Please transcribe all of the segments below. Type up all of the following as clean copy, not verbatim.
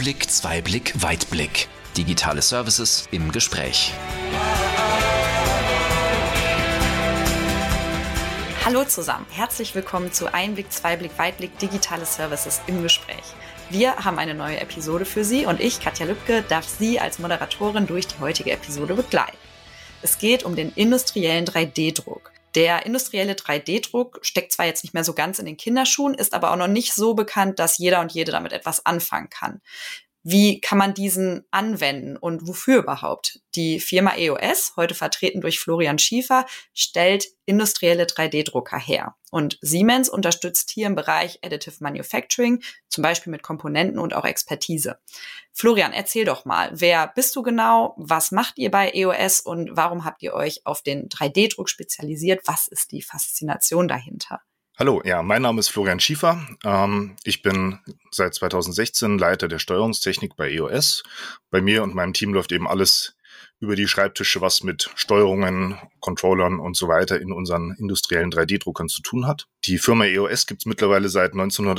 Einblick, Zweiblick, Weitblick. Digitale Services im Gespräch. Hallo zusammen, herzlich willkommen zu Einblick, Zweiblick, Weitblick, digitale Services im Gespräch. Wir haben eine neue Episode für Sie und ich, Katja Lübke, darf Sie als Moderatorin durch die heutige Episode begleiten. Es geht um den industriellen 3D-Druck. Der industrielle 3D-Druck steckt zwar jetzt nicht mehr so ganz in den Kinderschuhen, ist aber auch noch nicht so bekannt, dass jeder und jede damit etwas anfangen kann. Wie kann man diesen anwenden und wofür überhaupt? Die Firma EOS, heute vertreten durch Florian Schiefer, stellt industrielle 3D-Drucker her. Und Siemens unterstützt hier im Bereich Additive Manufacturing, zum Beispiel mit Komponenten und auch Expertise. Florian, erzähl doch mal, wer bist du genau? Was macht ihr bei EOS und warum habt ihr euch auf den 3D-Druck spezialisiert? Was ist die Faszination dahinter? Hallo, ja, mein Name ist Florian Schiefer. Ich bin seit 2016 Leiter der Steuerungstechnik bei EOS. Bei mir und meinem Team läuft eben alles über die Schreibtische, was mit Steuerungen, Controllern und so weiter in unseren industriellen 3D-Druckern zu tun hat. Die Firma EOS gibt es mittlerweile seit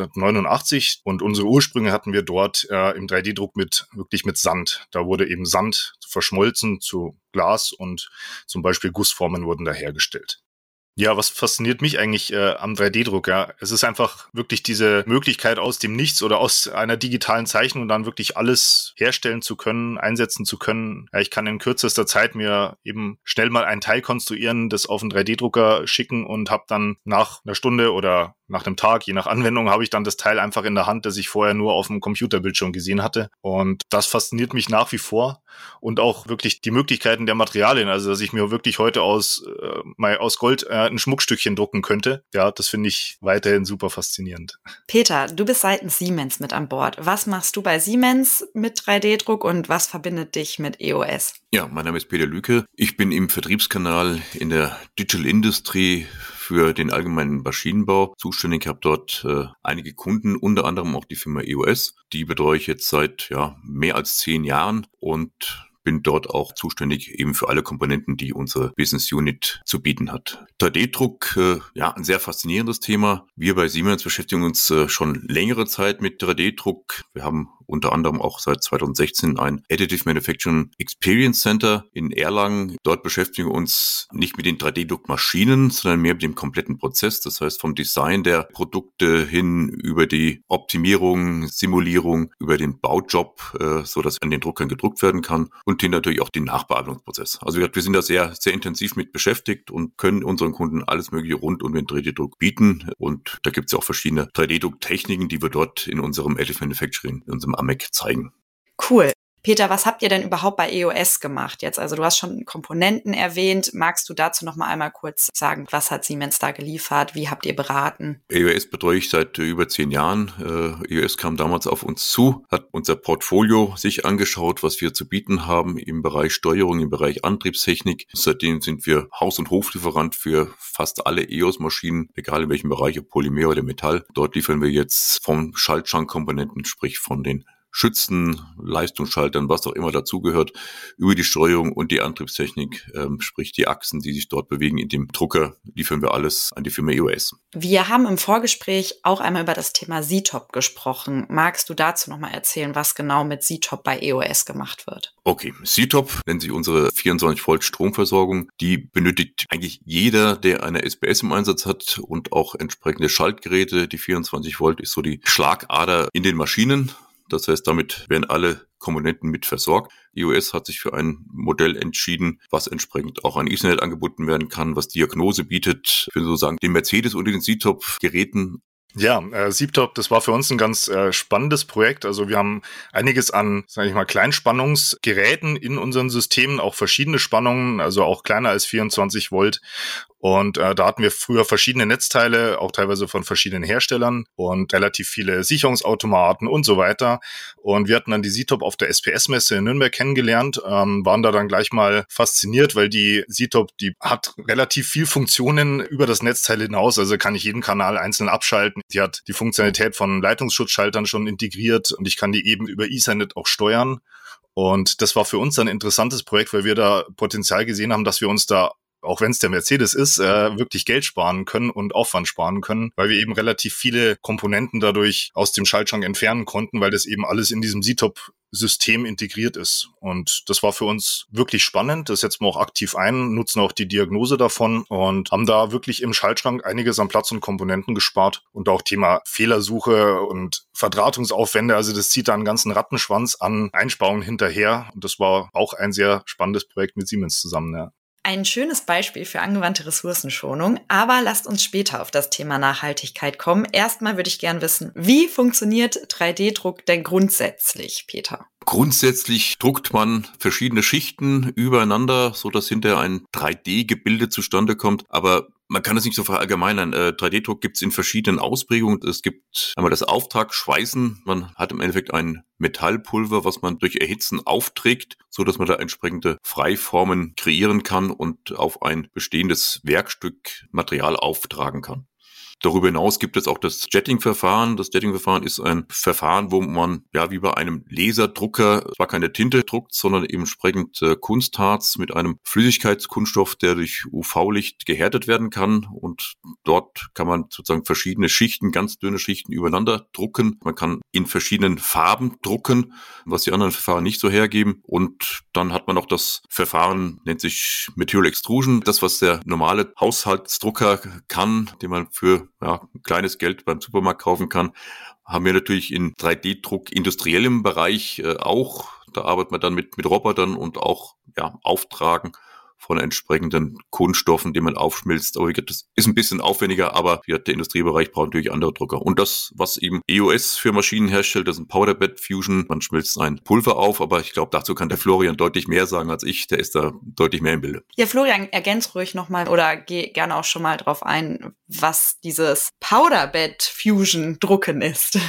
1989 und unsere Ursprünge hatten wir dort im 3D-Druck wirklich mit Sand. Da wurde eben Sand verschmolzen zu Glas und zum Beispiel Gussformen wurden da hergestellt. Ja, was fasziniert mich eigentlich am 3D-Druck? Ja? Es ist einfach wirklich diese Möglichkeit aus dem Nichts oder aus einer digitalen Zeichnung dann wirklich alles herstellen zu können, einsetzen zu können. Ja, ich kann in kürzester Zeit mir eben schnell mal ein Teil konstruieren, das auf einen 3D-Drucker schicken und habe dann nach einer Stunde oder nach einem Tag, je nach Anwendung, habe ich dann das Teil einfach in der Hand, das ich vorher nur auf dem Computerbildschirm gesehen hatte. Und das fasziniert mich nach wie vor. Und auch wirklich die Möglichkeiten der Materialien, also dass ich mir wirklich heute aus Gold ein Schmuckstückchen drucken könnte. Ja, das finde ich weiterhin super faszinierend. Peter, du bist seitens Siemens mit an Bord. Was machst du bei Siemens mit 3D-Druck und was verbindet dich mit EOS? Ja, mein Name ist Peter Lüke. Ich bin im Vertriebskanal in der Digital Industry für den allgemeinen Maschinenbau zuständig. Ich habe dort einige Kunden, unter anderem auch die Firma EOS. Die betreue ich jetzt seit mehr als 10 Jahren und bin dort auch zuständig eben für alle Komponenten, die unsere Business Unit zu bieten hat. 3D-Druck, ein sehr faszinierendes Thema. Wir bei Siemens beschäftigen uns schon längere Zeit mit 3D-Druck. Wir haben unter anderem auch seit 2016 ein Additive Manufacturing Experience Center in Erlangen. Dort beschäftigen wir uns nicht mit den 3D-Druckmaschinen, sondern mehr mit dem kompletten Prozess. Das heißt vom Design der Produkte hin über die Optimierung, Simulierung, über den Baujob, so dass an den Druckern gedruckt werden kann und hin natürlich auch den Nachbearbeitungsprozess. Also wir sind da sehr, sehr intensiv mit beschäftigt und können unseren Kunden alles Mögliche rund um den 3D-Druck bieten. Und da gibt es ja auch verschiedene 3D-Druck-Techniken, die wir dort in unserem Additive Manufacturing, in unserem AMEC zeigen. Cool. Peter, was habt ihr denn überhaupt bei EOS gemacht jetzt? Also du hast schon Komponenten erwähnt. Magst du dazu noch mal einmal kurz sagen, was hat Siemens da geliefert? Wie habt ihr beraten? EOS betreue ich seit über 10 Jahren. EOS kam damals auf uns zu, hat unser Portfolio sich angeschaut, was wir zu bieten haben im Bereich Steuerung, im Bereich Antriebstechnik. Seitdem sind wir Haus- und Hoflieferant für fast alle EOS-Maschinen, egal in welchem Bereich, ob Polymer oder Metall. Dort liefern wir jetzt vom Schaltschrankkomponenten, sprich von den Schützen, Leistungsschaltern, was auch immer dazugehört, über die Steuerung und die Antriebstechnik, sprich die Achsen, die sich dort bewegen in dem Drucker, liefern wir alles an die Firma EOS. Wir haben im Vorgespräch auch einmal über das Thema ZTOP gesprochen. Magst du dazu nochmal erzählen, was genau mit ZTOP bei EOS gemacht wird? Okay, ZTOP nennt sich unsere 24 Volt Stromversorgung. Die benötigt eigentlich jeder, der eine SPS im Einsatz hat und auch entsprechende Schaltgeräte. Die 24 Volt ist so die Schlagader in den Maschinen. Das heißt, damit werden alle Komponenten mit versorgt. EOS hat sich für ein Modell entschieden, was entsprechend auch an Ethernet angeboten werden kann, was Diagnose bietet, für sozusagen den Mercedes und den ZTOP-Geräten. Ja, ZTOP, das war für uns ein ganz spannendes Projekt. Also wir haben einiges an, sage ich mal, Kleinspannungsgeräten in unseren Systemen, auch verschiedene Spannungen, also auch kleiner als 24 Volt. Und da hatten wir früher verschiedene Netzteile, auch teilweise von verschiedenen Herstellern und relativ viele Sicherungsautomaten und so weiter. Und wir hatten dann die ZTOP auf der SPS-Messe in Nürnberg kennengelernt, waren da dann gleich mal fasziniert, weil die ZTOP, die hat relativ viel Funktionen über das Netzteil hinaus. Also kann ich jeden Kanal einzeln abschalten. Die hat die Funktionalität von Leitungsschutzschaltern schon integriert und ich kann die eben über Ethernet auch steuern. Und das war für uns ein interessantes Projekt, weil wir da Potenzial gesehen haben, dass wir uns da auch wenn es der Mercedes ist, wirklich Geld sparen können und Aufwand sparen können, weil wir eben relativ viele Komponenten dadurch aus dem Schaltschrank entfernen konnten, weil das eben alles in diesem ZTOP-System integriert ist. Und das war für uns wirklich spannend. Das setzen wir auch aktiv ein, nutzen auch die Diagnose davon und haben da wirklich im Schaltschrank einiges an Platz und Komponenten gespart. Und auch Thema Fehlersuche und Verdrahtungsaufwände, also das zieht da einen ganzen Rattenschwanz an Einsparungen hinterher. Und das war auch ein sehr spannendes Projekt mit Siemens zusammen, ja. Ein schönes Beispiel für angewandte Ressourcenschonung, aber lasst uns später auf das Thema Nachhaltigkeit kommen. Erstmal würde ich gern wissen, wie funktioniert 3D-Druck denn grundsätzlich, Peter? Grundsätzlich druckt man verschiedene Schichten übereinander, so dass hinterher ein 3D-Gebilde zustande kommt. Aber man kann es nicht so verallgemeinern. 3D-Druck gibt es in verschiedenen Ausprägungen. Es gibt einmal das Auftragschweißen. Man hat im Endeffekt ein Metallpulver, was man durch Erhitzen aufträgt, so dass man da entsprechende Freiformen kreieren kann und auf ein bestehendes Werkstück Material auftragen kann. Darüber hinaus gibt es auch das Jetting-Verfahren. Das Jetting-Verfahren ist ein Verfahren, wo man ja wie bei einem Laserdrucker zwar keine Tinte druckt, sondern eben entsprechend Kunstharz mit einem Flüssigkeitskunststoff, der durch UV-Licht gehärtet werden kann. Und dort kann man sozusagen verschiedene Schichten, ganz dünne Schichten übereinander drucken. Man kann in verschiedenen Farben drucken, was die anderen Verfahren nicht so hergeben. Und dann hat man noch das Verfahren, nennt sich Material Extrusion. Das, was der normale Haushaltsdrucker kann, den man für kleines Geld beim Supermarkt kaufen kann, haben wir natürlich in 3D-Druck industriellem Bereich auch. Da arbeitet man dann mit Robotern und auch Auftragen von entsprechenden Kunststoffen, die man aufschmilzt. Aber das ist ein bisschen aufwendiger, aber der Industriebereich braucht natürlich andere Drucker. Und das, was eben EOS für Maschinen herstellt, das ist ein Powder Bed Fusion. Man schmilzt ein Pulver auf, aber ich glaube, dazu kann der Florian deutlich mehr sagen als ich. Der ist da deutlich mehr im Bilde. Ja, Florian, ergänz ruhig nochmal oder geh gerne auch schon mal drauf ein, was dieses Powder Bed Fusion Drucken ist.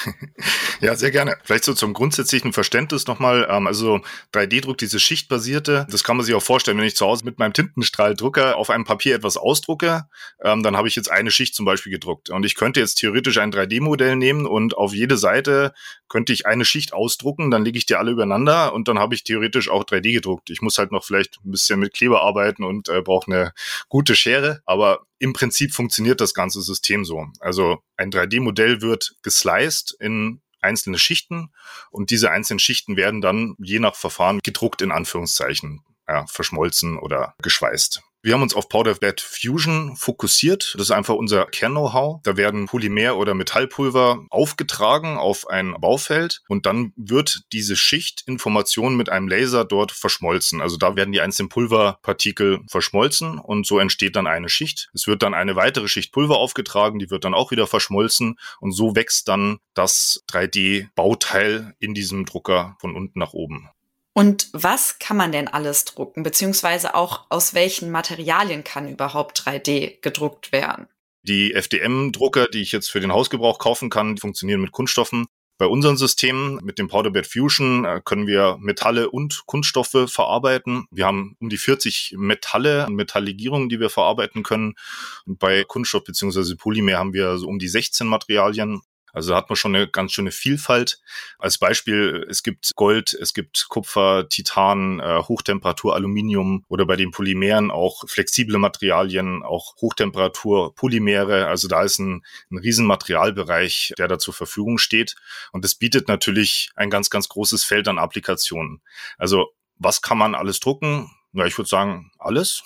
Ja, sehr gerne. Vielleicht so zum grundsätzlichen Verständnis nochmal. Also 3D-Druck, dieses Schichtbasierte, das kann man sich auch vorstellen, wenn ich zu Hause mit meinem Tintenstrahldrucker auf einem Papier etwas ausdrucke, dann habe ich jetzt eine Schicht zum Beispiel gedruckt. Und ich könnte jetzt theoretisch ein 3D-Modell nehmen und auf jede Seite könnte ich eine Schicht ausdrucken, dann lege ich die alle übereinander und dann habe ich theoretisch auch 3D gedruckt. Ich muss halt noch vielleicht ein bisschen mit Kleber arbeiten und brauche eine gute Schere, aber im Prinzip funktioniert das ganze System so. Also ein 3D-Modell wird gesliced in einzelne Schichten und diese einzelnen Schichten werden dann je nach Verfahren gedruckt in Anführungszeichen, verschmolzen oder geschweißt. Wir haben uns auf Powder Bed Fusion fokussiert. Das ist einfach unser Kern-Know-how. Da werden Polymer- oder Metallpulver aufgetragen auf ein Baufeld und dann wird diese Schichtinformation mit einem Laser dort verschmolzen. Also da werden die einzelnen Pulverpartikel verschmolzen und so entsteht dann eine Schicht. Es wird dann eine weitere Schicht Pulver aufgetragen, die wird dann auch wieder verschmolzen und so wächst dann das 3D-Bauteil in diesem Drucker von unten nach oben. Und was kann man denn alles drucken, beziehungsweise auch aus welchen Materialien kann überhaupt 3D gedruckt werden? Die FDM-Drucker, die ich jetzt für den Hausgebrauch kaufen kann, die funktionieren mit Kunststoffen. Bei unseren Systemen mit dem Powder Bed Fusion können wir Metalle und Kunststoffe verarbeiten. Wir haben um die 40 Metalle und Metalllegierungen, die wir verarbeiten können. Und bei Kunststoff bzw. Polymer haben wir so um die 16 Materialien. Also da hat man schon eine ganz schöne Vielfalt. Als Beispiel, es gibt Gold, es gibt Kupfer, Titan, Hochtemperatur, Aluminium oder bei den Polymeren auch flexible Materialien, auch Hochtemperatur, Polymere. Also da ist ein riesen Materialbereich, der da zur Verfügung steht. Und das bietet natürlich ein ganz, ganz großes Feld an Applikationen. Also was kann man alles drucken? Ja, ich würde sagen, alles.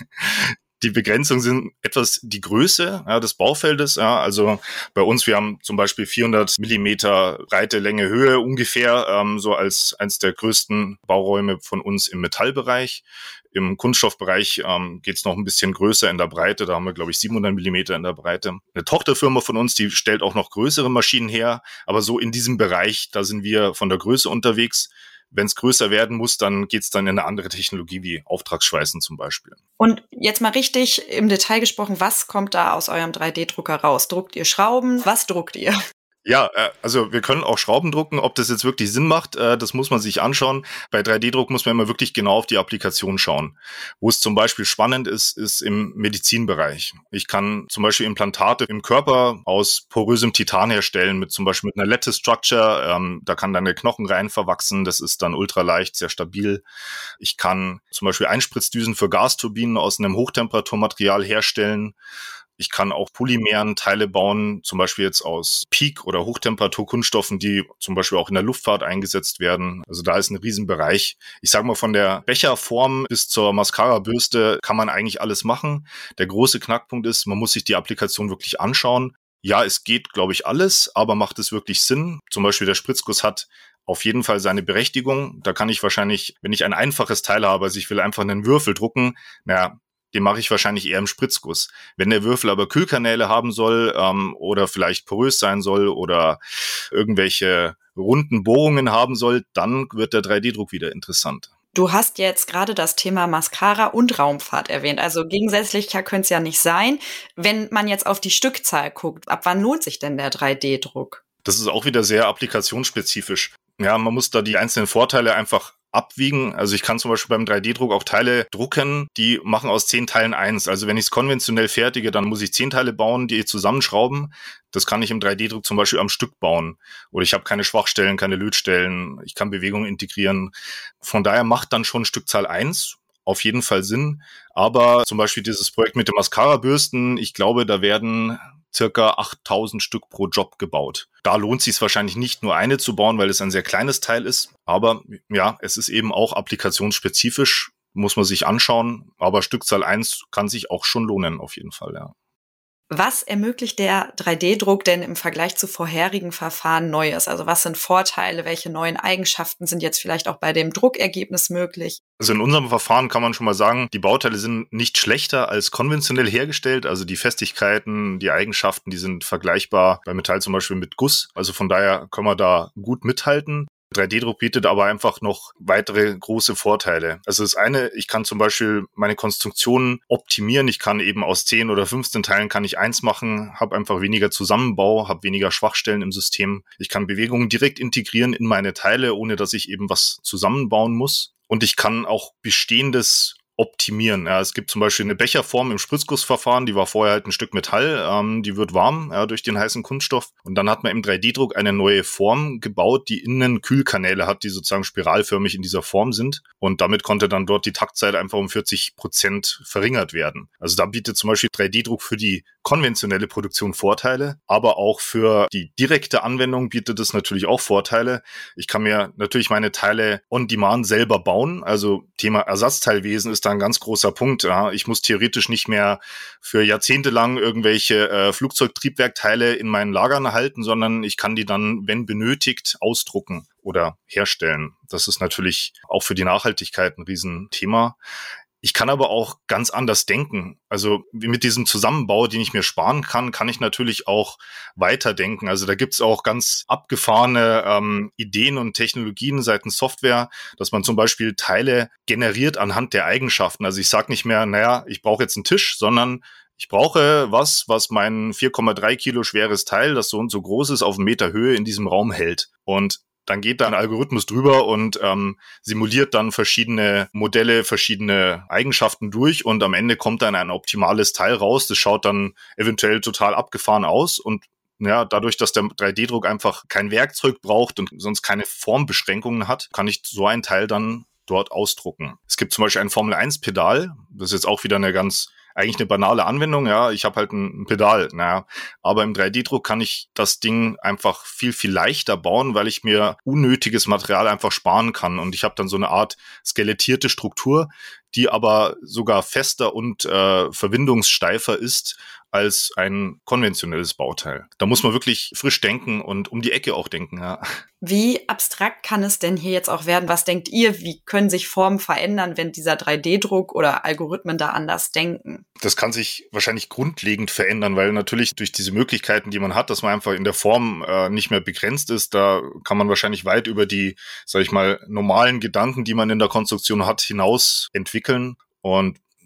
Die Begrenzungen sind etwas die Größe des Baufeldes. Also bei uns, wir haben zum Beispiel 400 Millimeter Breite, Länge, Höhe ungefähr, so als eines der größten Bauräume von uns im Metallbereich. Im Kunststoffbereich geht's noch ein bisschen größer in der Breite. Da haben wir, glaube ich, 700 Millimeter in der Breite. Eine Tochterfirma von uns, die stellt auch noch größere Maschinen her. Aber so in diesem Bereich, da sind wir von der Größe unterwegs. Wenn es größer werden muss, dann geht's dann in eine andere Technologie wie Auftragsschweißen zum Beispiel. Und jetzt mal richtig im Detail gesprochen, was kommt da aus eurem 3D-Drucker raus? Druckt ihr Schrauben? Was druckt ihr? Ja, also wir können auch Schrauben drucken. Ob das jetzt wirklich Sinn macht, das muss man sich anschauen. Bei 3D-Druck muss man immer wirklich genau auf die Applikation schauen. Wo es zum Beispiel spannend ist, ist im Medizinbereich. Ich kann zum Beispiel Implantate im Körper aus porösem Titan herstellen, mit zum Beispiel mit einer Lattice Structure. Da kann dann der Knochen rein verwachsen. Das ist dann ultraleicht, sehr stabil. Ich kann zum Beispiel Einspritzdüsen für Gasturbinen aus einem Hochtemperaturmaterial herstellen. Ich kann auch polymeren Teile bauen, zum Beispiel jetzt aus Peak- oder Hochtemperaturkunststoffen, die zum Beispiel auch in der Luftfahrt eingesetzt werden. Also da ist ein Riesenbereich. Ich sage mal, von der Becherform bis zur Mascara-Bürste kann man eigentlich alles machen. Der große Knackpunkt ist, man muss sich die Applikation wirklich anschauen. Ja, es geht, glaube ich, alles, aber macht es wirklich Sinn? Zum Beispiel der Spritzguss hat auf jeden Fall seine Berechtigung. Da kann ich wahrscheinlich, wenn ich ein einfaches Teil habe, also ich will einfach einen Würfel drucken, den mache ich wahrscheinlich eher im Spritzguss. Wenn der Würfel aber Kühlkanäle haben soll oder vielleicht porös sein soll oder irgendwelche runden Bohrungen haben soll, dann wird der 3D-Druck wieder interessant. Du hast jetzt gerade das Thema Mascara und Raumfahrt erwähnt. Also gegensätzlicher könnte es ja nicht sein. Wenn man jetzt auf die Stückzahl guckt, ab wann lohnt sich denn der 3D-Druck? Das ist auch wieder sehr applikationsspezifisch. Ja, man muss da die einzelnen Vorteile einfach abwiegen. Also ich kann zum Beispiel beim 3D-Druck auch Teile drucken, die machen aus 10 Teilen 1. Also wenn ich es konventionell fertige, dann muss ich 10 Teile bauen, die zusammenschrauben. Das kann ich im 3D-Druck zum Beispiel am Stück bauen. Oder ich habe keine Schwachstellen, keine Lötstellen. Ich kann Bewegungen integrieren. Von daher macht dann schon Stückzahl 1 auf jeden Fall Sinn. Aber zum Beispiel dieses Projekt mit den Mascara-Bürsten, ich glaube, da werden circa 8000 Stück pro Job gebaut. Da lohnt es sich wahrscheinlich nicht nur eine zu bauen, weil es ein sehr kleines Teil ist. Aber ja, es ist eben auch applikationsspezifisch, muss man sich anschauen. Aber Stückzahl 1 kann sich auch schon lohnen, auf jeden Fall, ja. Was ermöglicht der 3D-Druck denn im Vergleich zu vorherigen Verfahren Neues? Also was sind Vorteile? Welche neuen Eigenschaften sind jetzt vielleicht auch bei dem Druckergebnis möglich? Also in unserem Verfahren kann man schon mal sagen, die Bauteile sind nicht schlechter als konventionell hergestellt. Also die Festigkeiten, die Eigenschaften, die sind vergleichbar bei Metall zum Beispiel mit Guss. Also von daher können wir da gut mithalten. 3D-Druck bietet aber einfach noch weitere große Vorteile. Also das eine, ich kann zum Beispiel meine Konstruktionen optimieren. Ich kann eben aus 10 oder 15 Teilen kann ich eins machen, habe einfach weniger Zusammenbau, habe weniger Schwachstellen im System. Ich kann Bewegungen direkt integrieren in meine Teile, ohne dass ich eben was zusammenbauen muss. Und ich kann auch Bestehendes optimieren. Ja, es gibt zum Beispiel eine Becherform im Spritzgussverfahren, die war vorher halt ein Stück Metall, die wird warm durch den heißen Kunststoff. Und dann hat man im 3D-Druck eine neue Form gebaut, die innen Kühlkanäle hat, die sozusagen spiralförmig in dieser Form sind. Und damit konnte dann dort die Taktzeit einfach um 40% verringert werden. Also da bietet zum Beispiel 3D-Druck für die konventionelle Produktion Vorteile, aber auch für die direkte Anwendung bietet es natürlich auch Vorteile. Ich kann mir natürlich meine Teile on demand selber bauen. Also Thema Ersatzteilwesen ist da ein ganz großer Punkt. Ja. Ich muss theoretisch nicht mehr für Jahrzehnte lang irgendwelche Flugzeugtriebwerkteile in meinen Lagern halten, sondern ich kann die dann, wenn benötigt, ausdrucken oder herstellen. Das ist natürlich auch für die Nachhaltigkeit ein Riesenthema. Ich kann aber auch ganz anders denken. Also mit diesem Zusammenbau, den ich mir sparen kann, kann ich natürlich auch weiterdenken. Also da gibt's auch ganz abgefahrene Ideen und Technologien seitens Software, dass man zum Beispiel Teile generiert anhand der Eigenschaften. Also ich sage nicht mehr, ich brauche jetzt einen Tisch, sondern ich brauche was mein 4,3 Kilo schweres Teil, das so und so groß ist, auf 1 Meter Höhe in diesem Raum hält. Und dann geht da ein Algorithmus drüber und simuliert dann verschiedene Modelle, verschiedene Eigenschaften durch und am Ende kommt dann ein optimales Teil raus. Das schaut dann eventuell total abgefahren aus und ja, dadurch, dass der 3D-Druck einfach kein Werkzeug braucht und sonst keine Formbeschränkungen hat, kann ich so ein Teil dann dort ausdrucken. Es gibt zum Beispiel ein Formel-1-Pedal, das ist jetzt auch wieder eigentlich eine banale Anwendung, ja, ich habe halt ein Pedal, aber im 3D-Druck kann ich das Ding einfach viel, viel leichter bauen, weil ich mir unnötiges Material einfach sparen kann und ich habe dann so eine Art skelettierte Struktur, die aber sogar fester und verwindungssteifer ist als ein konventionelles Bauteil. Da muss man wirklich frisch denken und um die Ecke auch denken, ja. Wie abstrakt kann es denn hier jetzt auch werden? Was denkt ihr, wie können sich Formen verändern, wenn dieser 3D-Druck oder Algorithmen da anders denken? Das kann sich wahrscheinlich grundlegend verändern, weil natürlich durch diese Möglichkeiten, die man hat, dass man einfach in der Form nicht mehr begrenzt ist, da kann man wahrscheinlich weit über die, sag ich mal, normalen Gedanken, die man in der Konstruktion hat, hinaus entwickeln. Und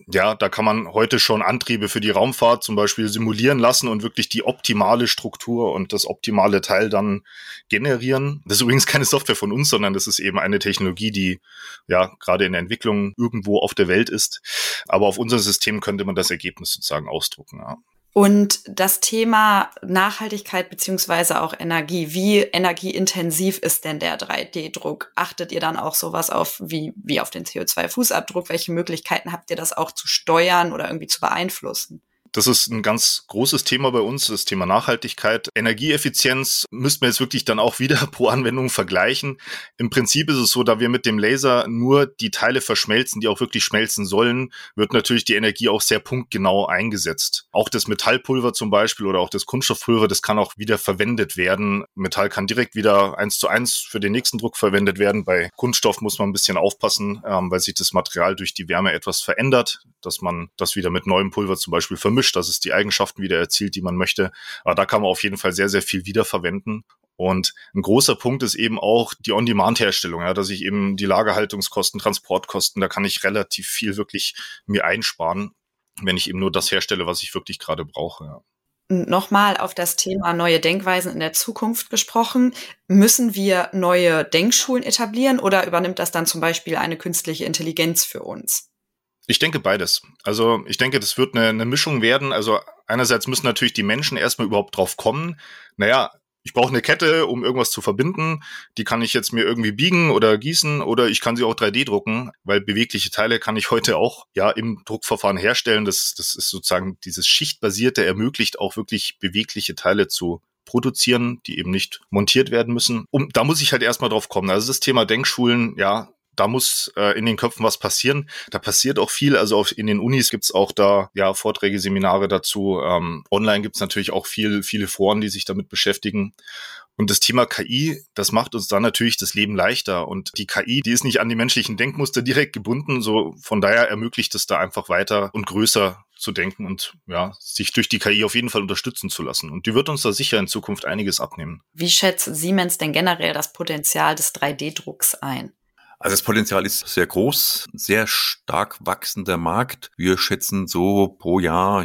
ja, da kann man heute schon Antriebe für die Raumfahrt zum Beispiel simulieren lassen und wirklich die optimale Struktur und das optimale Teil dann generieren. Das ist übrigens keine Software von uns, sondern das ist eben eine Technologie, die ja gerade in der Entwicklung irgendwo auf der Welt ist. Aber auf unserem System könnte man das Ergebnis sozusagen ausdrucken, ja. Und das Thema Nachhaltigkeit beziehungsweise auch Energie. Wie energieintensiv ist denn der 3D-Druck? Achtet ihr dann auch sowas auf wie auf den CO2-Fußabdruck? Welche Möglichkeiten habt ihr, das auch zu steuern oder irgendwie zu beeinflussen? Das ist ein ganz großes Thema bei uns, das Thema Nachhaltigkeit. Energieeffizienz müssten wir jetzt wirklich dann auch wieder pro Anwendung vergleichen. Im Prinzip ist es so, da wir mit dem Laser nur die Teile verschmelzen, die auch wirklich schmelzen sollen, wird natürlich die Energie auch sehr punktgenau eingesetzt. Auch das Metallpulver zum Beispiel oder auch das Kunststoffpulver, das kann auch wieder verwendet werden. Metall kann direkt wieder 1:1 für den nächsten Druck verwendet werden. Bei Kunststoff muss man ein bisschen aufpassen, weil sich das Material durch die Wärme etwas verändert, dass man das wieder mit neuem Pulver zum Beispiel vermischt, dass es die Eigenschaften wieder erzielt, die man möchte. Aber da kann man auf jeden Fall sehr, sehr viel wiederverwenden. Und ein großer Punkt ist eben auch die On-Demand-Herstellung, ja, dass ich eben die Lagerhaltungskosten, Transportkosten, da kann ich relativ viel wirklich mir einsparen, wenn ich eben nur das herstelle, was ich wirklich gerade brauche. Ja. Nochmal auf das Thema neue Denkweisen in der Zukunft gesprochen. Müssen wir neue Denkschulen etablieren oder übernimmt das dann zum Beispiel eine künstliche Intelligenz für uns? Ich denke beides. Also ich denke, das wird eine Mischung werden. Also einerseits müssen natürlich die Menschen erstmal überhaupt drauf kommen. Naja, ich brauche eine Kette, um irgendwas zu verbinden. Die kann ich jetzt mir irgendwie biegen oder gießen oder ich kann sie auch 3D drucken, weil bewegliche Teile kann ich heute auch ja im Druckverfahren herstellen. Das ist sozusagen dieses Schichtbasierte ermöglicht auch wirklich bewegliche Teile zu produzieren, die eben nicht montiert werden müssen. Da muss ich halt erstmal drauf kommen. Also das Thema Denkschulen, ja, da muss in den Köpfen was passieren. Da passiert auch viel. Also in den Unis gibt's auch da ja Vorträge, Seminare dazu. Online gibt's natürlich auch viele Foren, die sich damit beschäftigen. Und das Thema KI, das macht uns dann natürlich das Leben leichter. Und die KI, die ist nicht an die menschlichen Denkmuster direkt gebunden. So von daher ermöglicht es da einfach weiter und größer zu denken und ja, sich durch die KI auf jeden Fall unterstützen zu lassen. Und die wird uns da sicher in Zukunft einiges abnehmen. Wie schätzt Siemens denn generell das Potenzial des 3D-Drucks ein? Also das Potenzial ist sehr groß, sehr stark wachsender Markt. Wir schätzen so pro Jahr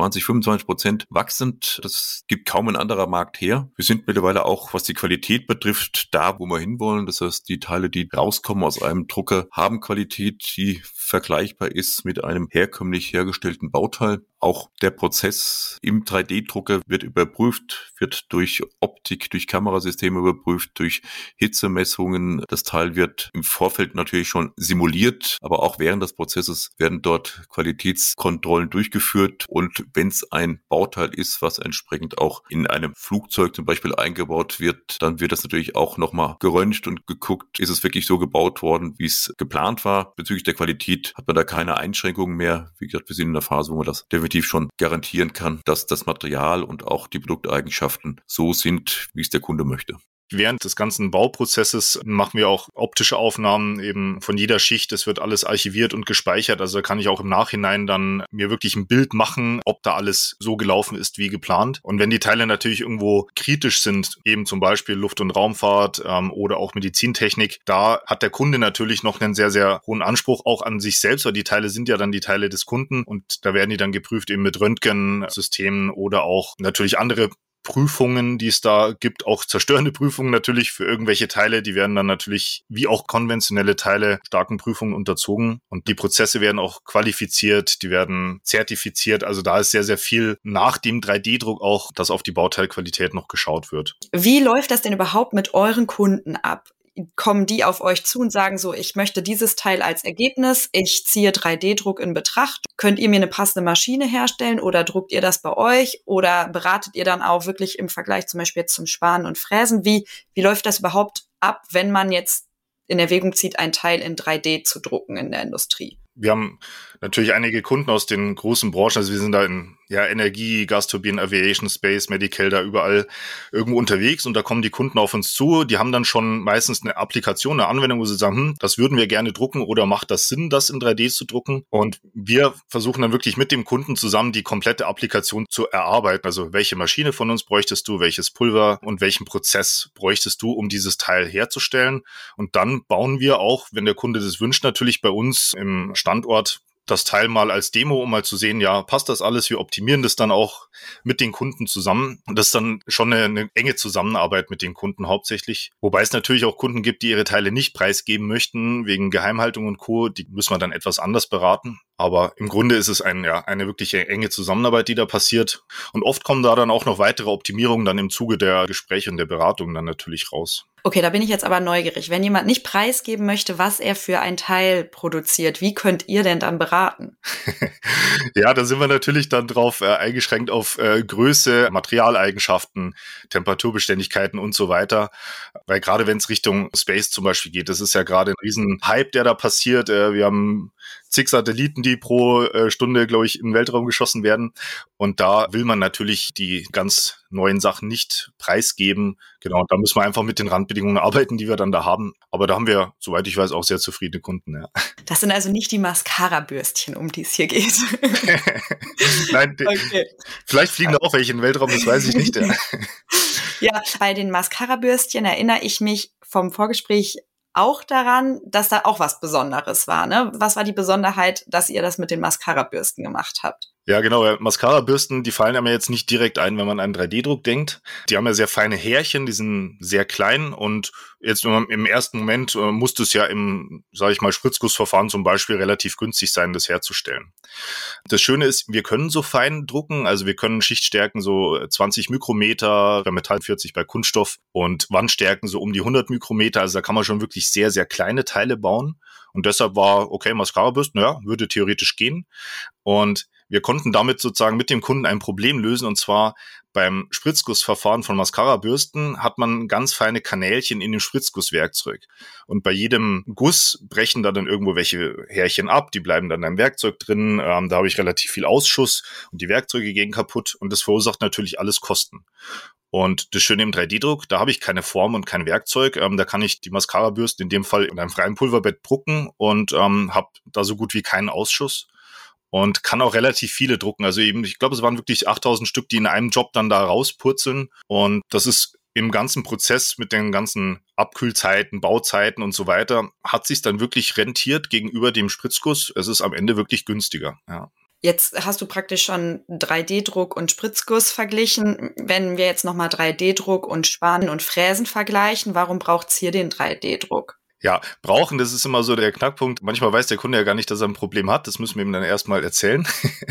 20-25% wachsend. Das gibt kaum ein anderer Markt her. Wir sind mittlerweile auch, was die Qualität betrifft, da, wo wir hinwollen. Das heißt, die Teile, die rauskommen aus einem Drucker, haben Qualität, die vergleichbar ist mit einem herkömmlich hergestellten Bauteil. Auch der Prozess im 3D-Drucker wird überprüft, wird durch Optik, durch Kamerasysteme überprüft, durch Hitzemessungen. Das Teil wird im Vorfeld natürlich schon simuliert, aber auch während des Prozesses werden dort Qualitätskontrollen durchgeführt. Und wenn es ein Bauteil ist, was entsprechend auch in einem Flugzeug zum Beispiel eingebaut wird, dann wird das natürlich auch nochmal geröntgt und geguckt, ist es wirklich so gebaut worden, wie es geplant war. Bezüglich der Qualität hat man da keine Einschränkungen mehr. Wie gesagt, wir sind in der Phase, wo man das definitiv schon garantieren kann, dass das Material und auch die Produkteigenschaften so sind, wie es der Kunde möchte. Während des ganzen Bauprozesses machen wir auch optische Aufnahmen eben von jeder Schicht. Es wird alles archiviert und gespeichert. Also da kann ich auch im Nachhinein dann mir wirklich ein Bild machen, ob da alles so gelaufen ist wie geplant. Und wenn die Teile natürlich irgendwo kritisch sind, eben zum Beispiel Luft- und Raumfahrt oder auch Medizintechnik, da hat der Kunde natürlich noch einen sehr, sehr hohen Anspruch auch an sich selbst, weil die Teile sind ja dann die Teile des Kunden und da werden die dann geprüft eben mit Röntgensystemen oder auch natürlich andere Prüfungen, die es da gibt, auch zerstörende Prüfungen natürlich für irgendwelche Teile, die werden dann natürlich wie auch konventionelle Teile starken Prüfungen unterzogen und die Prozesse werden auch qualifiziert, die werden zertifiziert, also da ist sehr, sehr viel nach dem 3D-Druck auch, dass auf die Bauteilqualität noch geschaut wird. Wie läuft das denn überhaupt mit euren Kunden ab? Kommen die auf euch zu und sagen so, ich möchte dieses Teil als Ergebnis, ich ziehe 3D-Druck in Betracht. Könnt ihr mir eine passende Maschine herstellen oder druckt ihr das bei euch oder beratet ihr dann auch wirklich im Vergleich zum Beispiel jetzt zum Sparen und Fräsen? Wie läuft das überhaupt ab, wenn man jetzt in Erwägung zieht, ein Teil in 3D zu drucken in der Industrie? Wir haben natürlich einige Kunden aus den großen Branchen, also wir sind da in Energie, Gasturbinen, Aviation, Space, Medical, da überall irgendwo unterwegs und da kommen die Kunden auf uns zu, die haben dann schon meistens eine Applikation, eine Anwendung, wo sie sagen, das würden wir gerne drucken oder macht das Sinn, das in 3D zu drucken? Und wir versuchen dann wirklich mit dem Kunden zusammen die komplette Applikation zu erarbeiten, also welche Maschine von uns bräuchtest du, welches Pulver und welchen Prozess bräuchtest du, um dieses Teil herzustellen und dann bauen wir auch, wenn der Kunde das wünscht, natürlich bei uns im Standort das Teil mal als Demo, um mal zu sehen, ja, passt das alles? Wir optimieren das dann auch mit den Kunden zusammen. Und das ist dann schon eine enge Zusammenarbeit mit den Kunden hauptsächlich. Wobei es natürlich auch Kunden gibt, die ihre Teile nicht preisgeben möchten, wegen Geheimhaltung und Co. Die müssen wir dann etwas anders beraten. Aber im Grunde ist es eine wirklich enge Zusammenarbeit, die da passiert. Und oft kommen da dann auch noch weitere Optimierungen dann im Zuge der Gespräche und der Beratung dann natürlich raus. Okay, da bin ich jetzt aber neugierig. Wenn jemand nicht preisgeben möchte, was er für ein Teil produziert, wie könnt ihr denn dann beraten? Ja, da sind wir natürlich dann drauf eingeschränkt auf Größe, Materialeigenschaften, Temperaturbeständigkeiten und so weiter. Weil gerade wenn es Richtung Space zum Beispiel geht, das ist ja gerade ein riesen Hype, der da passiert. Wir haben zig Satelliten, die pro Stunde, glaube ich, in den Weltraum geschossen werden. Und da will man natürlich die ganz neuen Sachen nicht preisgeben. Genau, da müssen wir einfach mit den Randbedingungen arbeiten, die wir dann da haben. Aber da haben wir, soweit ich weiß, auch sehr zufriedene Kunden. Ja. Das sind also nicht die Mascara-Bürstchen, um die es hier geht. Nein, okay. Vielleicht fliegen da auch welche in den Weltraum, das weiß ich nicht. Ja, ja, bei den Mascara-Bürstchen erinnere ich mich vom Vorgespräch auch daran, dass da auch was Besonderes war, ne? Was war die Besonderheit, dass ihr das mit den Mascara-Bürsten gemacht habt? Ja, genau. Mascara-Bürsten, die fallen einem jetzt nicht direkt ein, wenn man an 3D-Druck denkt. Die haben ja sehr feine Härchen, die sind sehr klein und jetzt im ersten Moment muss das ja im, sage ich mal, Spritzgussverfahren zum Beispiel relativ günstig sein, das herzustellen. Das Schöne ist, wir können so fein drucken, also wir können Schichtstärken so 20 Mikrometer bei Metall, 40 bei Kunststoff und Wandstärken so um die 100 Mikrometer. Also da kann man schon wirklich sehr, sehr kleine Teile bauen. Und deshalb war, okay, Mascara-Bürsten, ja, würde theoretisch gehen. Und wir konnten damit sozusagen mit dem Kunden ein Problem lösen, und zwar beim Spritzgussverfahren von Mascara-Bürsten hat man ganz feine Kanälchen in dem Spritzgusswerkzeug. Und bei jedem Guss brechen da dann irgendwo welche Härchen ab, die bleiben dann im Werkzeug drin. Da habe ich relativ viel Ausschuss und die Werkzeuge gehen kaputt und das verursacht natürlich alles Kosten. Und das Schöne im 3D-Druck, da habe ich keine Form und kein Werkzeug. Da kann ich die Mascara-Bürsten in dem Fall in einem freien Pulverbett drucken und habe da so gut wie keinen Ausschuss. Und kann auch relativ viele drucken. Also eben, ich glaube, es waren wirklich 8000 Stück, die in einem Job dann da rauspurzeln. Und das ist im ganzen Prozess mit den ganzen Abkühlzeiten, Bauzeiten und so weiter, hat sich dann wirklich rentiert gegenüber dem Spritzguss. Es ist am Ende wirklich günstiger, ja. Jetzt hast du praktisch schon 3D-Druck und Spritzguss verglichen. Wenn wir jetzt nochmal 3D-Druck und Spanen und Fräsen vergleichen, warum braucht's hier den 3D-Druck? Ja, brauchen, das ist immer so der Knackpunkt. Manchmal weiß der Kunde ja gar nicht, dass er ein Problem hat. Das müssen wir ihm dann erstmal erzählen.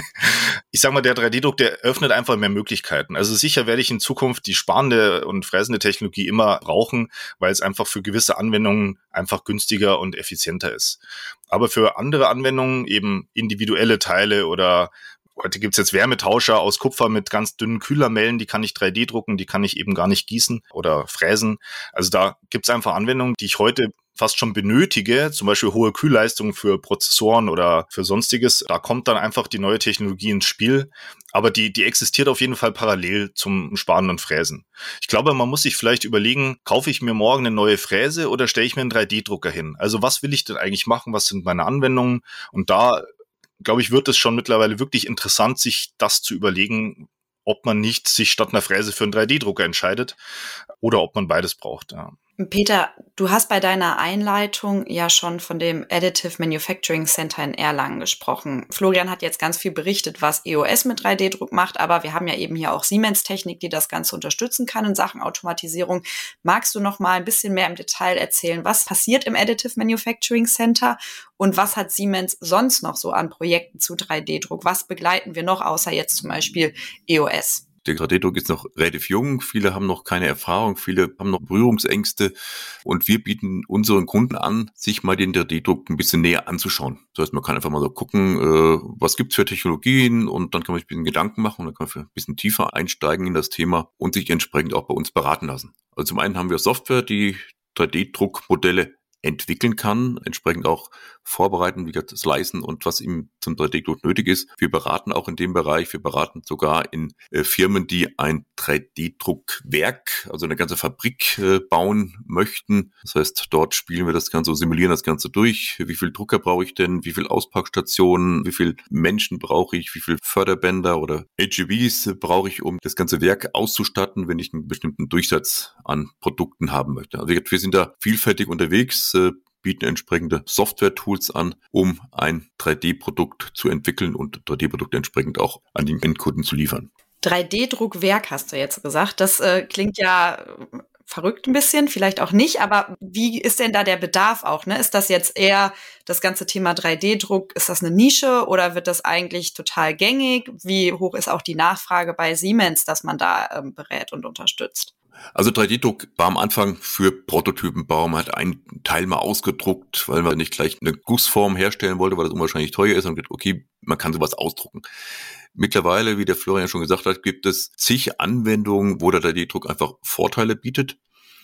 Ich sag mal, der 3D-Druck, der öffnet einfach mehr Möglichkeiten. Also sicher werde ich in Zukunft die sparende und fräsende Technologie immer brauchen, weil es einfach für gewisse Anwendungen einfach günstiger und effizienter ist. Aber für andere Anwendungen, eben individuelle Teile oder heute gibt's jetzt Wärmetauscher aus Kupfer mit ganz dünnen Kühlerlamellen, die kann ich 3D drucken, die kann ich eben gar nicht gießen oder fräsen. Also da gibt's einfach Anwendungen, die ich heute fast schon benötige, zum Beispiel hohe Kühlleistung für Prozessoren oder für Sonstiges. Da kommt dann einfach die neue Technologie ins Spiel. Aber die existiert auf jeden Fall parallel zum Spanen und Fräsen. Ich glaube, man muss sich vielleicht überlegen, kaufe ich mir morgen eine neue Fräse oder stelle ich mir einen 3D-Drucker hin? Also was will ich denn eigentlich machen? Was sind meine Anwendungen? Und da, glaube ich, wird es schon mittlerweile wirklich interessant, sich das zu überlegen, ob man nicht sich statt einer Fräse für einen 3D-Drucker entscheidet oder ob man beides braucht, ja. Peter, du hast bei deiner Einleitung ja schon von dem Additive Manufacturing Center in Erlangen gesprochen. Florian hat jetzt ganz viel berichtet, was EOS mit 3D-Druck macht, aber wir haben ja eben hier auch Siemens-Technik, die das Ganze unterstützen kann in Sachen Automatisierung. Magst du noch mal ein bisschen mehr im Detail erzählen, was passiert im Additive Manufacturing Center und was hat Siemens sonst noch so an Projekten zu 3D-Druck? Was begleiten wir noch, außer jetzt zum Beispiel EOS? Der 3D-Druck ist noch relativ jung, viele haben noch keine Erfahrung, viele haben noch Berührungsängste und wir bieten unseren Kunden an, sich mal den 3D-Druck ein bisschen näher anzuschauen. Das heißt, man kann einfach mal so gucken, was gibt's für Technologien und dann kann man sich ein bisschen Gedanken machen und dann kann man ein bisschen tiefer einsteigen in das Thema und sich entsprechend auch bei uns beraten lassen. Also zum einen haben wir Software, die 3D-Druckmodelle entwickeln kann, entsprechend auch vorbereiten, wie gesagt, slicen und was ihm zum 3D-Druck nötig ist. Wir beraten auch in dem Bereich, wir beraten sogar in Firmen, die ein 3D-Druckwerk, also eine ganze Fabrik bauen möchten. Das heißt, dort spielen wir das Ganze, simulieren das Ganze durch. Wie viel Drucker brauche ich denn? Wie viel Auspackstationen? Wie viel Menschen brauche ich? Wie viel Förderbänder oder AGVs brauche ich, um das ganze Werk auszustatten, wenn ich einen bestimmten Durchsatz an Produkten haben möchte? Also wir sind da vielfältig unterwegs, bieten entsprechende Software-Tools an, um ein 3D-Produkt zu entwickeln und 3D-Produkte entsprechend auch an den Endkunden zu liefern. 3D-Druckwerk hast du jetzt gesagt. Das klingt ja verrückt ein bisschen, vielleicht auch nicht, aber wie ist denn da der Bedarf auch? Ne? Ist das jetzt eher das ganze Thema 3D-Druck, ist das eine Nische oder wird das eigentlich total gängig? Wie hoch ist auch die Nachfrage bei Siemens, dass man da berät und unterstützt? Also 3D-Druck war am Anfang für Prototypenbau. Man hat einen Teil mal ausgedruckt, weil man nicht gleich eine Gussform herstellen wollte, weil das unwahrscheinlich teuer ist und gesagt, okay, man kann sowas ausdrucken. Mittlerweile, wie der Florian schon gesagt hat, gibt es zig Anwendungen, wo der 3D-Druck einfach Vorteile bietet.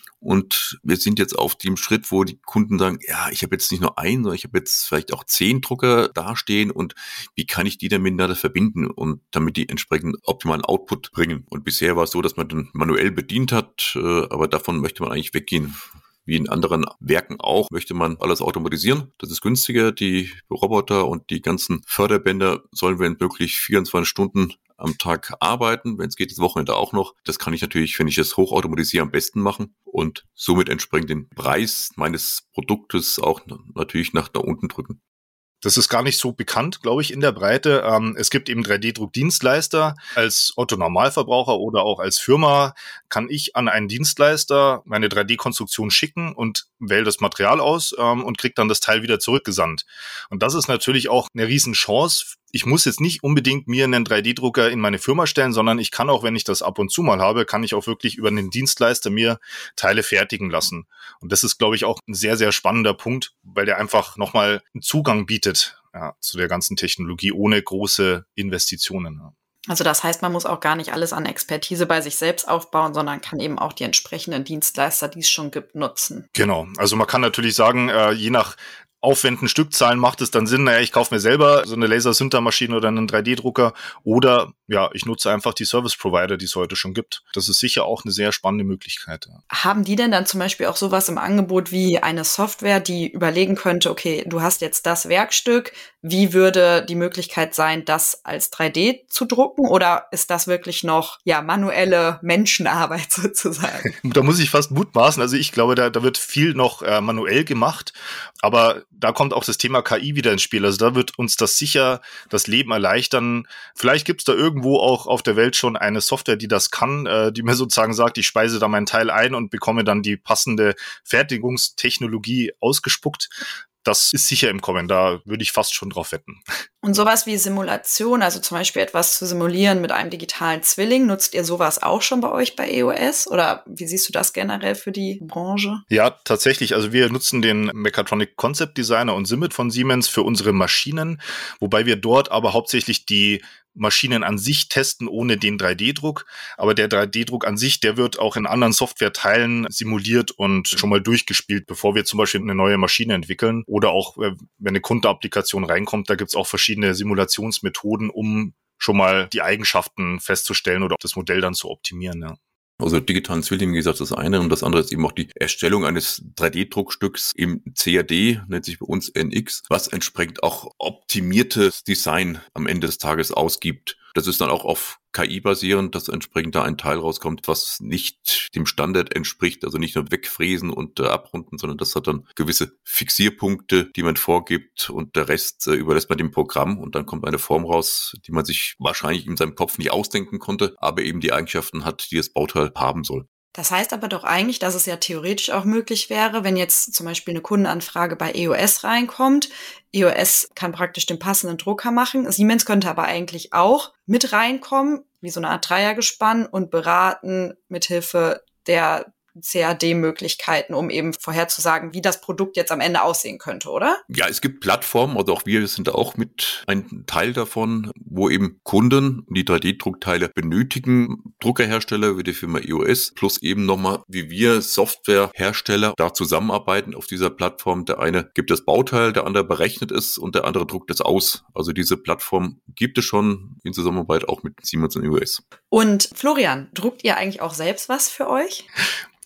Und wir sind jetzt auf dem Schritt, wo die Kunden sagen, ja, ich habe jetzt nicht nur einen, sondern ich habe jetzt vielleicht auch 10 Drucker dastehen und wie kann ich die dann miteinander verbinden und damit die entsprechend optimalen Output bringen. Und bisher war es so, dass man dann manuell bedient hat, aber davon möchte man eigentlich weggehen. Wie in anderen Werken auch, möchte man alles automatisieren. Das ist günstiger. Die Roboter und die ganzen Förderbänder sollen, wenn möglich, 24 Stunden am Tag arbeiten. Wenn es geht, das Wochenende auch noch. Das kann ich natürlich, wenn ich es hochautomatisiere, am besten machen und somit entsprechend den Preis meines Produktes auch natürlich nach da unten drücken. Das ist gar nicht so bekannt, glaube ich, in der Breite. Es gibt eben 3D-Druckdienstleister. Als Otto-Normalverbraucher oder auch als Firma kann ich an einen Dienstleister meine 3D-Konstruktion schicken und wähle das Material aus und kriege dann das Teil wieder zurückgesandt. Und das ist natürlich auch eine Riesenchance. Ich muss jetzt nicht unbedingt mir einen 3D-Drucker in meine Firma stellen, sondern ich kann auch, wenn ich das ab und zu mal habe, kann ich auch wirklich über einen Dienstleister mir Teile fertigen lassen. Und das ist, glaube ich, auch ein sehr, sehr spannender Punkt, weil der einfach nochmal einen Zugang bietet zu der ganzen Technologie ohne große Investitionen. Ja. Also das heißt, man muss auch gar nicht alles an Expertise bei sich selbst aufbauen, sondern kann eben auch die entsprechenden Dienstleister, die es schon gibt, nutzen. Genau. Also man kann natürlich sagen, je nach Aufwänden, Stückzahlen macht es dann Sinn, ich kaufe mir selber so eine Lasersintermaschine oder einen 3D-Drucker oder ich nutze einfach die Service-Provider, die es heute schon gibt. Das ist sicher auch eine sehr spannende Möglichkeit. Ja. Haben die denn dann zum Beispiel auch sowas im Angebot wie eine Software, die überlegen könnte, okay, du hast jetzt das Werkstück, wie würde die Möglichkeit sein, das als 3D zu drucken oder ist das wirklich noch manuelle Menschenarbeit sozusagen? Da muss ich fast mutmaßen, also ich glaube, da wird viel noch manuell gemacht, aber da kommt auch das Thema KI wieder ins Spiel. Also da wird uns das sicher das Leben erleichtern. Vielleicht gibt es da irgendwo auch auf der Welt schon eine Software, die das kann, die mir sozusagen sagt, ich speise da mein Teil ein und bekomme dann die passende Fertigungstechnologie ausgespuckt. Das ist sicher im Kommen, da würde ich fast schon drauf wetten. Und sowas wie Simulation, also zum Beispiel etwas zu simulieren mit einem digitalen Zwilling, nutzt ihr sowas auch schon bei euch bei EOS? Oder wie siehst du das generell für die Branche? Ja, tatsächlich. Also wir nutzen den Mechatronic Concept Designer und SIMET von Siemens für unsere Maschinen, wobei wir dort aber hauptsächlich die Maschinen an sich testen ohne den 3D-Druck. Aber der 3D-Druck an sich, der wird auch in anderen Software-Teilen simuliert und schon mal durchgespielt, bevor wir zum Beispiel eine neue Maschine entwickeln. Oder auch, wenn eine Kundenapplikation reinkommt, da gibt es auch verschiedene Simulationsmethoden, um schon mal die Eigenschaften festzustellen oder das Modell dann zu optimieren. Ja. Also digitalen Zwilling, wie gesagt, das eine und das andere ist eben auch die Erstellung eines 3D-Druckstücks im CAD, nennt sich bei uns NX, was entsprechend auch optimiertes Design am Ende des Tages ausgibt. Das ist dann auch auf KI basierend, dass entsprechend da ein Teil rauskommt, was nicht dem Standard entspricht, also nicht nur wegfräsen und abrunden, sondern das hat dann gewisse Fixierpunkte, die man vorgibt und der Rest überlässt man dem Programm und dann kommt eine Form raus, die man sich wahrscheinlich in seinem Kopf nicht ausdenken konnte, aber eben die Eigenschaften hat, die das Bauteil haben soll. Das heißt aber doch eigentlich, dass es ja theoretisch auch möglich wäre, wenn jetzt zum Beispiel eine Kundenanfrage bei EOS reinkommt. EOS kann praktisch den passenden Drucker machen. Siemens könnte aber eigentlich auch mit reinkommen, wie so eine Art Dreiergespann und beraten mithilfe der CAD-Möglichkeiten, um eben vorherzusagen, wie das Produkt jetzt am Ende aussehen könnte, oder? Ja, es gibt Plattformen, also auch wir sind da auch mit ein Teil davon, wo eben Kunden die 3D-Druckteile benötigen, Druckerhersteller wie die Firma EOS, plus eben nochmal, wie wir Softwarehersteller da zusammenarbeiten auf dieser Plattform. Der eine gibt das Bauteil, der andere berechnet es und der andere druckt es aus. Also diese Plattform gibt es schon in Zusammenarbeit auch mit Siemens und EOS. Und Florian, druckt ihr eigentlich auch selbst was für euch?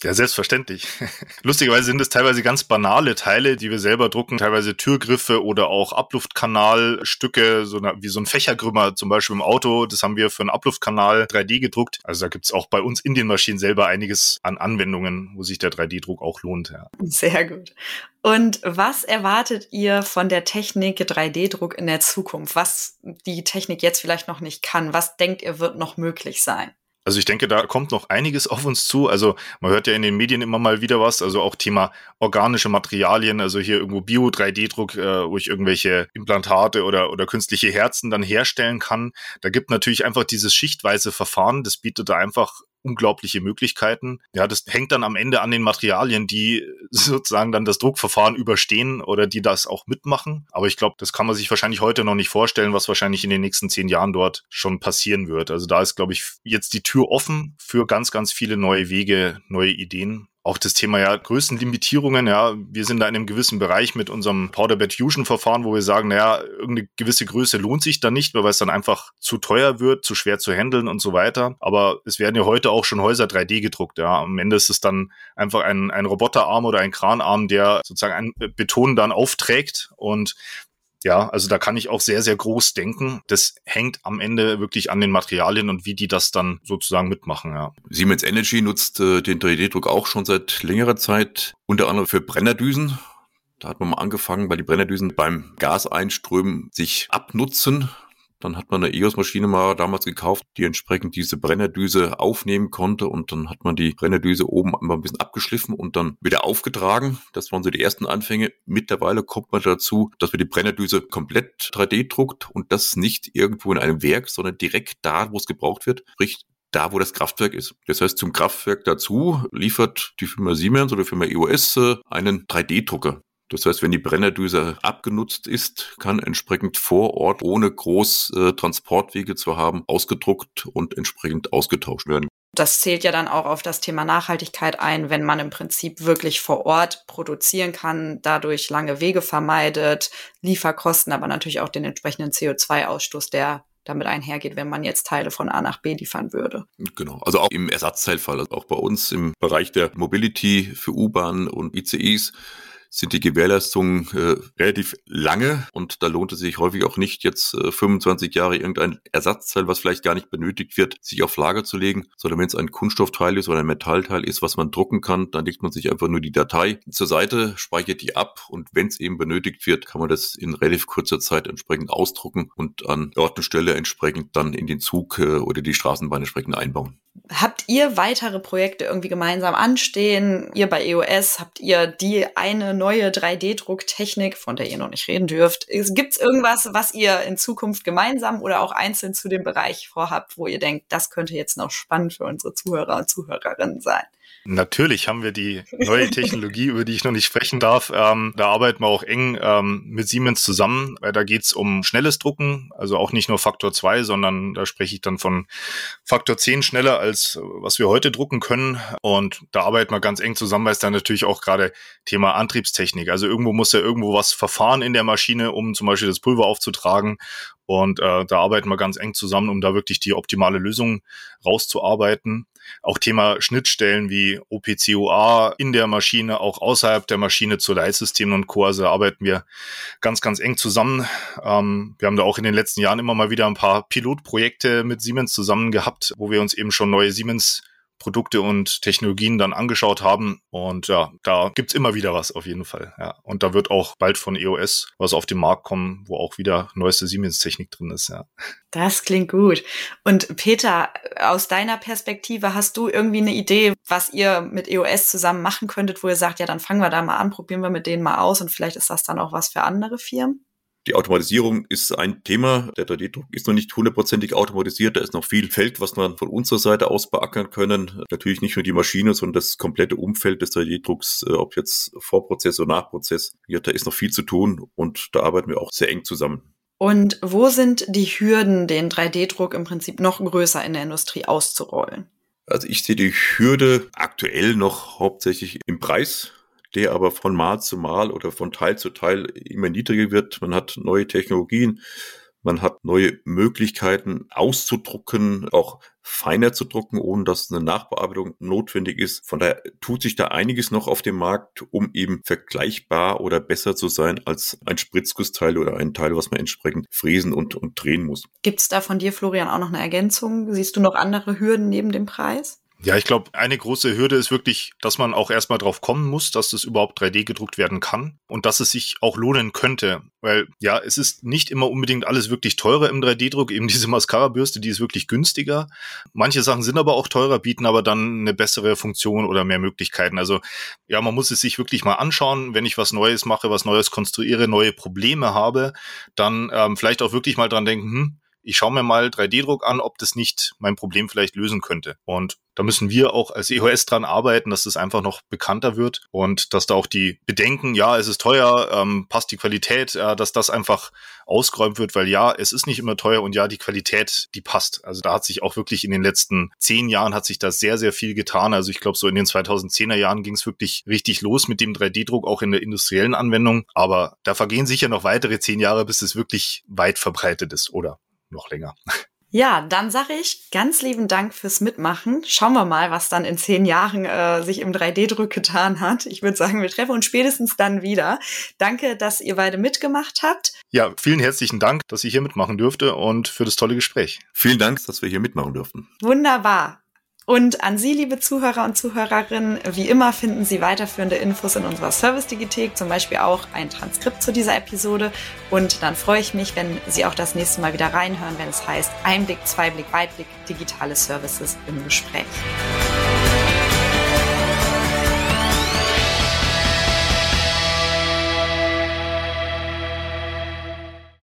Ja, selbstverständlich. Lustigerweise sind es teilweise ganz banale Teile, die wir selber drucken, teilweise Türgriffe oder auch Abluftkanalstücke, wie so ein Fächerkrümmer zum Beispiel im Auto. Das haben wir für einen Abluftkanal 3D gedruckt. Also da gibt's auch bei uns in den Maschinen selber einiges an Anwendungen, wo sich der 3D-Druck auch lohnt. Ja. Sehr gut. Und was erwartet ihr von der Technik 3D-Druck in der Zukunft? Was die Technik jetzt vielleicht noch nicht kann? Was denkt ihr, wird noch möglich sein? Also ich denke, da kommt noch einiges auf uns zu. Also man hört ja in den Medien immer mal wieder was, also auch Thema organische Materialien, also hier irgendwo Bio-3D-Druck, wo ich irgendwelche Implantate oder künstliche Herzen dann herstellen kann. Da gibt natürlich einfach dieses schichtweise Verfahren, das bietet da einfach unglaubliche Möglichkeiten. Ja, das hängt dann am Ende an den Materialien, die sozusagen dann das Druckverfahren überstehen oder die das auch mitmachen. Aber ich glaube, das kann man sich wahrscheinlich heute noch nicht vorstellen, was wahrscheinlich in den nächsten 10 Jahren dort schon passieren wird. Also da ist, glaube ich, jetzt die Tür offen für ganz, ganz viele neue Wege, neue Ideen. Auch das Thema ja Größenlimitierungen, ja, wir sind da in einem gewissen Bereich mit unserem Powder Bed Fusion Verfahren, wo wir sagen, naja, irgendeine gewisse Größe lohnt sich da nicht, weil es dann einfach zu teuer wird, zu schwer zu handeln und so weiter. Aber es werden ja heute auch schon Häuser 3D gedruckt, ja. Am Ende ist es dann einfach ein Roboterarm oder ein Kranarm, der sozusagen ein Beton dann aufträgt und ja, also da kann ich auch sehr, sehr groß denken. Das hängt am Ende wirklich an den Materialien und wie die das dann sozusagen mitmachen, ja. Siemens Energy nutzt den 3D-Druck auch schon seit längerer Zeit, unter anderem für Brennerdüsen. Da hat man mal angefangen, weil die Brennerdüsen beim Gaseinströmen sich abnutzen. Dann hat man eine EOS-Maschine mal damals gekauft, die entsprechend diese Brennerdüse aufnehmen konnte und dann hat man die Brennerdüse oben immer ein bisschen abgeschliffen und dann wieder aufgetragen. Das waren so die ersten Anfänge. Mittlerweile kommt man dazu, dass man die Brennerdüse komplett 3D druckt und das nicht irgendwo in einem Werk, sondern direkt da, wo es gebraucht wird, sprich da, wo das Kraftwerk ist. Das heißt, zum Kraftwerk dazu liefert die Firma Siemens oder die Firma EOS einen 3D-Drucker. Das heißt, wenn die Brennerdüse abgenutzt ist, kann entsprechend vor Ort, ohne groß Transportwege zu haben, ausgedruckt und entsprechend ausgetauscht werden. Das zählt ja dann auch auf das Thema Nachhaltigkeit ein, wenn man im Prinzip wirklich vor Ort produzieren kann, dadurch lange Wege vermeidet, Lieferkosten, aber natürlich auch den entsprechenden CO2-Ausstoß, der damit einhergeht, wenn man jetzt Teile von A nach B liefern würde. Genau, also auch im Ersatzteilfall, also auch bei uns im Bereich der Mobility für U-Bahn und ICEs, sind die Gewährleistungen relativ lange und da lohnt es sich häufig auch nicht, jetzt 25 Jahre irgendein Ersatzteil, was vielleicht gar nicht benötigt wird, sich auf Lager zu legen, sondern wenn es ein Kunststoffteil ist oder ein Metallteil ist, was man drucken kann, dann legt man sich einfach nur die Datei zur Seite, speichert die ab und wenn es eben benötigt wird, kann man das in relativ kurzer Zeit entsprechend ausdrucken und an Ort und Stelle entsprechend dann in den Zug oder die Straßenbahn entsprechend einbauen. Habt ihr weitere Projekte irgendwie gemeinsam anstehen? Ihr bei EOS, habt ihr die eine neue 3D-Drucktechnik, von der ihr noch nicht reden dürft? Gibt's irgendwas, was ihr in Zukunft gemeinsam oder auch einzeln zu dem Bereich vorhabt, wo ihr denkt, das könnte jetzt noch spannend für unsere Zuhörer und Zuhörerinnen sein? Natürlich haben wir die neue Technologie, über die ich noch nicht sprechen darf. Da arbeiten wir auch eng mit Siemens zusammen, weil da geht's um schnelles Drucken, also auch nicht nur Faktor 2, sondern da spreche ich dann von Faktor 10 schneller, als was wir heute drucken können. Und da arbeiten wir ganz eng zusammen, weil es dann natürlich auch gerade Thema Antriebstechnik. Also irgendwo muss ja irgendwo was verfahren in der Maschine, um zum Beispiel das Pulver aufzutragen. Und da arbeiten wir ganz eng zusammen, um da wirklich die optimale Lösung rauszuarbeiten. Auch Thema Schnittstellen wie OPC-UA in der Maschine, auch außerhalb der Maschine zu Leitsystemen und Co. Also arbeiten wir ganz, ganz eng zusammen. Wir haben da auch in den letzten Jahren immer mal wieder ein paar Pilotprojekte mit Siemens zusammen gehabt, wo wir uns eben schon neue Siemens-Produkte und Technologien dann angeschaut haben. Und ja, da gibt's immer wieder was auf jeden Fall. Ja. Und da wird auch bald von EOS was auf den Markt kommen, wo auch wieder neueste Siemens-Technik drin ist. Ja. Das klingt gut. Und Peter, aus deiner Perspektive, hast du irgendwie eine Idee, was ihr mit EOS zusammen machen könntet, wo ihr sagt, ja, dann fangen wir da mal an, probieren wir mit denen mal aus und vielleicht ist das dann auch was für andere Firmen? Die Automatisierung ist ein Thema. Der 3D-Druck ist noch nicht 100%ig automatisiert. Da ist noch viel Feld, was man von unserer Seite aus beackern können. Natürlich nicht nur die Maschine, sondern das komplette Umfeld des 3D-Drucks, ob jetzt Vorprozess oder Nachprozess. Ja, da ist noch viel zu tun und da arbeiten wir auch sehr eng zusammen. Und wo sind die Hürden, den 3D-Druck im Prinzip noch größer in der Industrie auszurollen? Also ich sehe die Hürde aktuell noch hauptsächlich im Preis, der aber von Mal zu Mal oder von Teil zu Teil immer niedriger wird. Man hat neue Technologien, man hat neue Möglichkeiten auszudrucken, auch feiner zu drucken, ohne dass eine Nachbearbeitung notwendig ist. Von daher tut sich da einiges noch auf dem Markt, um eben vergleichbar oder besser zu sein als ein Spritzgussteil oder ein Teil, was man entsprechend fräsen und drehen muss. Gibt es da von dir, Florian, auch noch eine Ergänzung? Siehst du noch andere Hürden neben dem Preis? Ja, ich glaube, eine große Hürde ist wirklich, dass man auch erstmal drauf kommen muss, dass das überhaupt 3D gedruckt werden kann und dass es sich auch lohnen könnte. Weil ja, es ist nicht immer unbedingt alles wirklich teurer im 3D-Druck. Eben diese Mascara-Bürste, die ist wirklich günstiger. Manche Sachen sind aber auch teurer, bieten aber dann eine bessere Funktion oder mehr Möglichkeiten. Also ja, man muss es sich wirklich mal anschauen. Wenn ich was Neues mache, was Neues konstruiere, neue Probleme habe, dann vielleicht auch wirklich mal dran denken, ich schaue mir mal 3D-Druck an, ob das nicht mein Problem vielleicht lösen könnte. Und da müssen wir auch als EOS dran arbeiten, dass das einfach noch bekannter wird und dass da auch die Bedenken, ja, es ist teuer, passt die Qualität, dass das einfach ausgeräumt wird, weil ja, es ist nicht immer teuer und ja, die Qualität, die passt. Also da hat sich auch wirklich in den letzten 10 Jahren hat sich da sehr, sehr viel getan. Also ich glaube, so in den 2010er Jahren ging es wirklich richtig los mit dem 3D-Druck, auch in der industriellen Anwendung. Aber da vergehen sicher noch weitere 10 Jahre, bis es wirklich weit verbreitet ist oder noch länger. Ja, dann sage ich ganz lieben Dank fürs Mitmachen. Schauen wir mal, was dann in 10 Jahren sich im 3D-Druck getan hat. Ich würde sagen, wir treffen uns spätestens dann wieder. Danke, dass ihr beide mitgemacht habt. Ja, vielen herzlichen Dank, dass ich hier mitmachen durfte und für das tolle Gespräch. Vielen Dank, dass wir hier mitmachen durften. Wunderbar. Und an Sie, liebe Zuhörer und Zuhörerinnen, wie immer finden Sie weiterführende Infos in unserer Service-Digithek, zum Beispiel auch ein Transkript zu dieser Episode. Und dann freue ich mich, wenn Sie auch das nächste Mal wieder reinhören, wenn es heißt Einblick, Zweiblick, Weitblick, digitale Services im Gespräch.